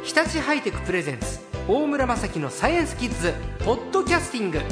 日立ハイテクプレゼンツ大村雅樹のサイエンスキッズポッドキャスティング。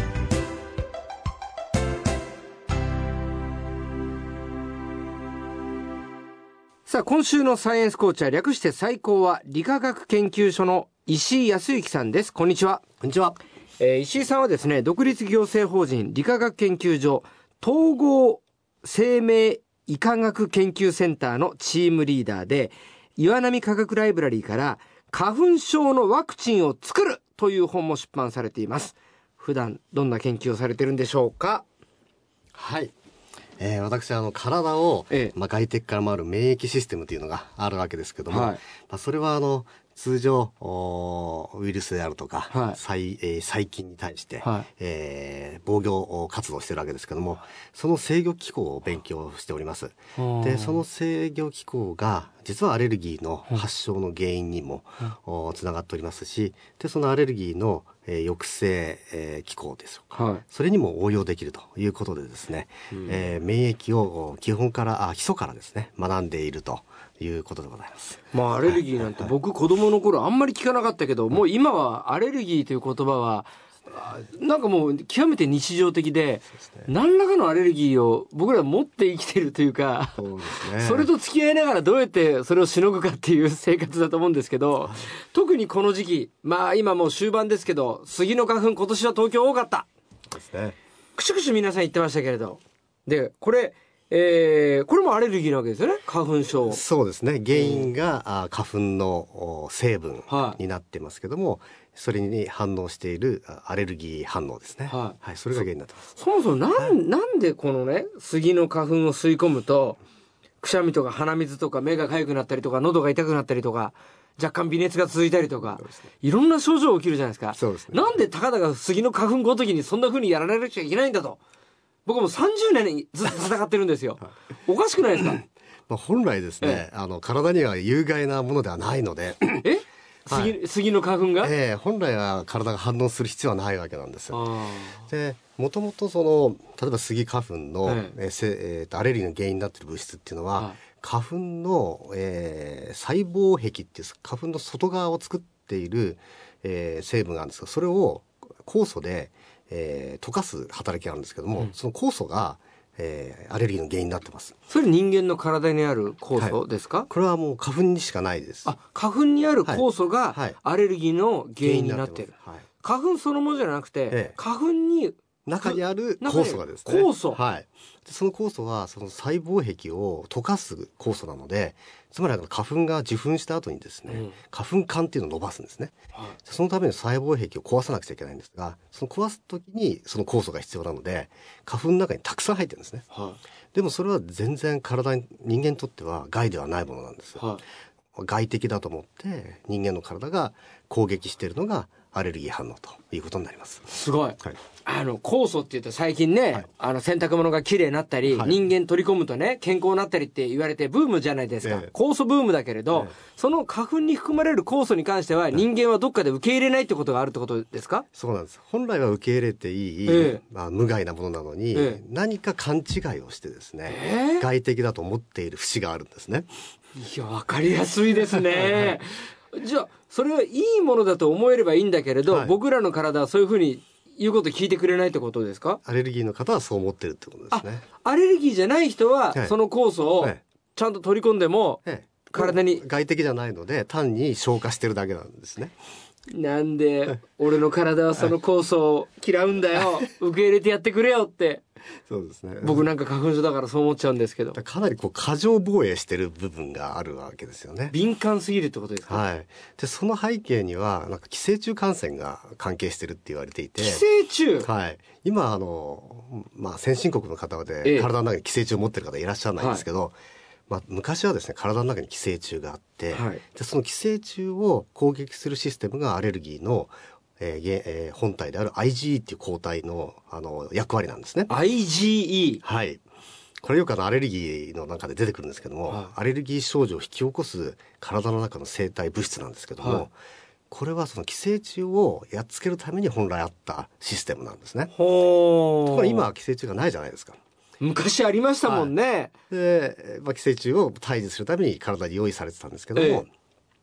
さあ、今週のサイエンスコーチは略して最高は理化学研究所の石井康之さんです。こんにちは。 こんにちは。 石井さんはですね、独立行政法人理化学研究所統合生命医科学研究センターのチームリーダーで、岩波科学ライブラリーから花粉症のワクチンを作るという本も出版されています。普段どんな研究をされてるんでしょうか？ はい。私は体を、外敵から回る免疫システムというのがあるわけですけども、それは通常ウイルスであるとか、細菌に対して、防御活動してるわけですけども、その制御機構を勉強しております。で、その制御機構が実はアレルギーの発症の原因にもつながっておりますし、でそのアレルギーの抑制、機構ですとか、それにも応用できるということでですね、免疫を基礎からですね学んでいるということでございます。 アレルギーなんて僕子供の頃あんまり聞かなかったけど、もう今はアレルギーという言葉はなんかもう極めて日常的で、何らかのアレルギーを僕ら持って生きてるというか、それと付き合いながらどうやってそれをしのぐかっていう生活だと思うんですけど、特にこの時期、今もう終盤ですけど、杉の花粉今年は東京多かったですね。くしゅくしゅ皆さん言ってましたけれど、でこれもアレルギーなわけですよね、花粉症。 そうですね。原因が花粉の成分になってますけども、それに反応しているアレルギー反応ですね。それが原因になってます。 そもそもなんでこのね、杉の花粉を吸い込むとくしゃみとか鼻水とか目が痒くなったりとか喉が痛くなったりとか若干微熱が続いたりとか、いろんな症状が起きるじゃないですか。 そうですね。 なんでたかだか杉の花粉ごときにそんな風にやられなきゃいけないんだと、僕も30年ずっと戦ってるんですよ。おかしくないですか？ 本来ですね、体には有害なものではないので杉の花粉が、 本来は体が反応する必要はないわけなんですよ。で、もともと例えばスギ花粉の、アレルギーの原因になっている物質っていうのは、花粉の、細胞壁っていう花粉の外側を作っている、成分があるんですが、それを酵素で溶かす働きがあるんですけども、その酵素が、アレルギーの原因になってます。 それ人間の体にある酵素ですか？ これはもう花粉にしかないです。 花粉にある酵素がアレルギーの原因になっている。花粉そのものじゃなくて、花粉に中にある酵素がですね。 酵素。 その酵素はその細胞壁を溶かす酵素なので、つまり花粉が受粉した後にですね、花粉管っていうのを伸ばすんですね。そのために細胞壁を壊さなくちゃいけないんですが、その壊す時にその酵素が必要なので、花粉の中にたくさん入ってるんですね。でもそれは全然人間にとっては害ではないものなんです。外敵だと思って人間の体が攻撃しているのがアレルギー反応ということになります。 すごい。酵素って言うと最近ね、洗濯物がきれいになったり、人間取り込むとね健康になったりって言われてブームじゃないですか。酵素ブームだけれど、その花粉に含まれる酵素に関しては人間はどっかで受け入れないってことがあるってことですか？ そうなんです。本来は受け入れていい、無害なものなのに、何か勘違いをしてですね、外敵だと思っている節があるんですね。 いや、わかりやすいですね。じゃあそれはいいものだと思えればいいんだけれど、僕らの体はそういうふうに言うこと聞いてくれないってことですか？ アレルギーの方はそう思ってるってことですね。 アレルギーじゃない人は、その酵素をちゃんと取り込んでも、体に外敵じゃないので単に消化してるだけなんですね。 なんで俺の体はその酵素を嫌うんだよ、受け入れてやってくれよって。 そうですね。 僕なんか花粉症だからそう思っちゃうんですけど、 かなり過剰防衛してる部分があるわけですよね。 敏感すぎるってことですか？ でその背景には寄生虫感染が関係してるって言われていて。 寄生虫？ 今先進国の方で体の中に寄生虫を持ってる方いらっしゃらないんですけど、昔はですね体の中に寄生虫があって、でその寄生虫を攻撃するシステムがアレルギーの本体である IgE っていう抗体の役割なんですね。 IgE。 これよくアレルギーの中で出てくるんですけども、アレルギー症状を引き起こす体の中の生体物質なんですけども、これはその寄生虫をやっつけるために本来あったシステムなんですね。ところが今は寄生虫がないじゃないですか。 昔ありましたもんね。 で、寄生虫を退治するために体に用意されてたんですけども、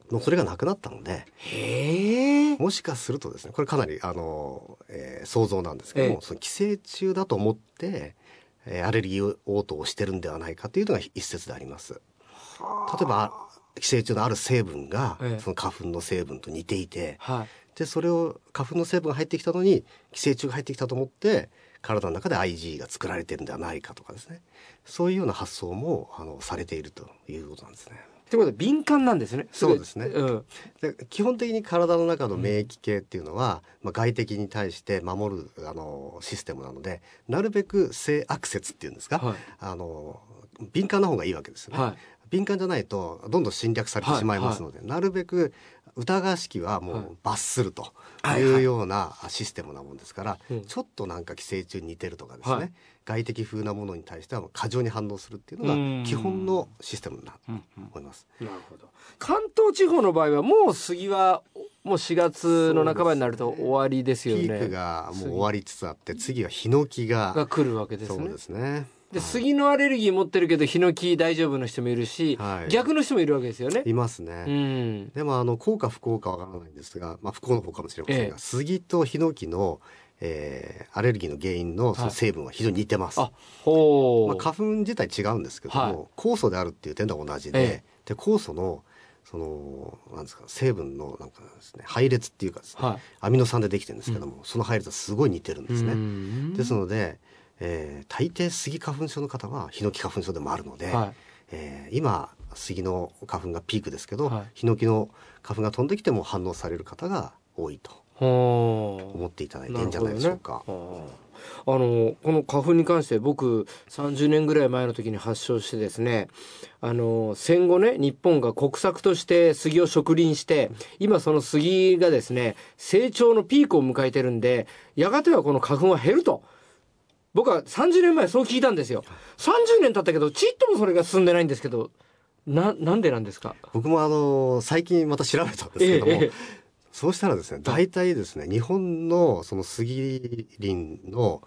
もうそれがなくなったので、もしかするとですね、これかなり想像なんですけども、その寄生虫だと思ってアレルギー応答をしてるんではないかというのが一説であります。例えば寄生虫のある成分がその花粉の成分と似ていて、でそれを花粉の成分が入ってきたのに寄生虫が入ってきたと思って体の中で IG が作られてるんではないかとかですね、そういうような発想もされているということなんですね。 ということで敏感なんですね。 そうですね、で基本的に体の中の免疫系っていうのは、外敵に対して守るシステムなので、なるべく性悪説っていうんですか、敏感な方がいいわけですよね。敏感じゃないとどんどん侵略されてしまいますので、なるべく疑わしきはもう罰するというようなシステムなもんですから、ちょっとなんか寄生虫に似てるとかですね、外敵風なものに対しては過剰に反応するっていうのが基本のシステムだと思います。 なるほど。関東地方の場合はもう杉はもう4月の半ばになると終わりですよね。 ピークがもう終わりつつあって、次はヒノキが来るわけですね。 そうですね。 で杉のアレルギー持ってるけどヒノキ大丈夫な人もいるし、逆の人もいるわけですよね。 いますね。でも効か不効かわからないんですが、不幸の方かもしれませんが、杉とヒノキのアレルギーの原因のその成分は非常に似てます。花粉自体違うんですけども、酵素であるっていう点では同じで、で酵素のそのなんですか、成分のなんかですね、配列っていうかですね、アミノ酸でできてるんですけども、その配列はすごい似てるんですね。ですので大抵スギ花粉症の方はヒノキ花粉症でもあるので、今スギの花粉がピークですけど、ヒノキの花粉が飛んできても反応される方が多いと思っていただいていいんじゃないでしょうか。 この花粉に関して僕30年ぐらい前の時に発症してですね、戦後ね、日本が国策として杉を植林して、今その杉がですね成長のピークを迎えてるんで、やがてはこの花粉は減ると僕は30年前そう聞いたんですよ。30年経ったけどちっともそれが進んでないんですけど、なんでなんですか。 僕も最近また調べたんですけども、そうしたらですね、大体ですね、日本のその杉林の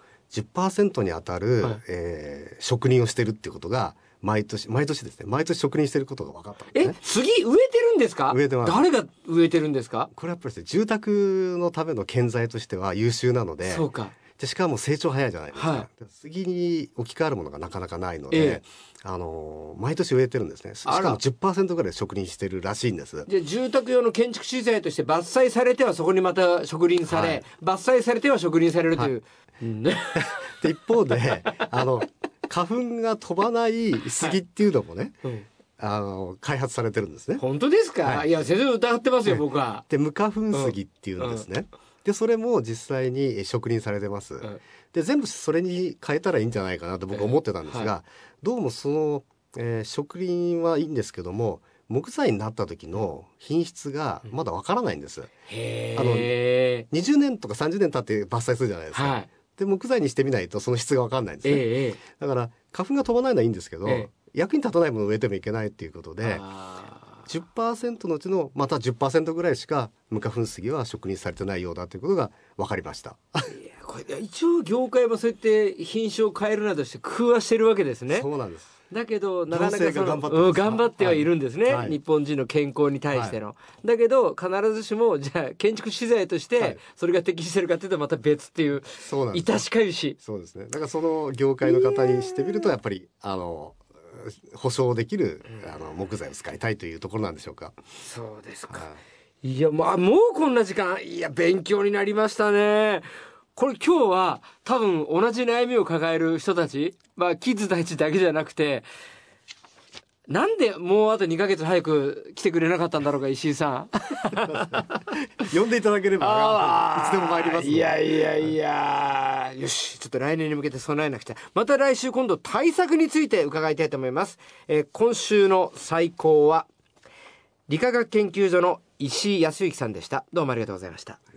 10% に当たる、植林をしてるっていうことが毎年ですね、毎年植林してることが分かったんですね。 杉植えてるんですか。 植えてます。 誰が植えてるんですか。 これやっぱりですね、住宅のための建材としては優秀なので、 そうか。 でしかも成長早いじゃないですか。杉に置き換わるものがなかなかないので、毎年植えてるんですね。しかも 10% ぐらい植林してるらしいんです。 で住宅用の建築資材として伐採されてはそこにまた植林され、伐採されては植林されるという、 で一方で花粉が飛ばない杉っていうのもね、開発されてるんですね。 本当ですか。いや先生疑ってますよ僕は。 で無花粉杉っていうんですね。でそれも実際に植林されてます。で全部それに変えたらいいんじゃないかなと僕は思ってたんですが、どうもその、植林はいいんですけども、木材になった時の品質がまだわからないんです。20年とか30年経って伐採するじゃないですか。で木材にしてみないとその質がわかんないんですね。だから花粉が飛ばないのはいいんですけど、役に立たないものを植えてもいけないっていうことで、10% のうちのまた 10% ぐらいしか無花粉杉は植林されてないようだということが分かりました。 これ一応業界もそうやって品種を変えるなどして工夫はしてるわけですね。 そうなんです。 だけどなかなか頑張ってはいるんですね、日本人の健康に対しての、だけど必ずしもじゃあ建築資材としてそれが適してるかというとまた別っていう、致しかゆし。 そうですね。だからその業界の方にしてみるとやっぱり保証できる木材を使いたいというところなんでしょうか。 そうですか。いやもうこんな時間、いや勉強になりましたね。これ今日は多分同じ悩みを抱える人たち、キッズたちだけじゃなくて、なんでもうあと2ヶ月早く来てくれなかったんだろうか、石井さん。 呼んでいただければいつでも参りますので。 いやよし、ちょっと来年に向けて備えなくちゃ。また来週今度対策について伺いたいと思います。今週の最高は理化学研究所の石井康之さんでした。どうもありがとうございました。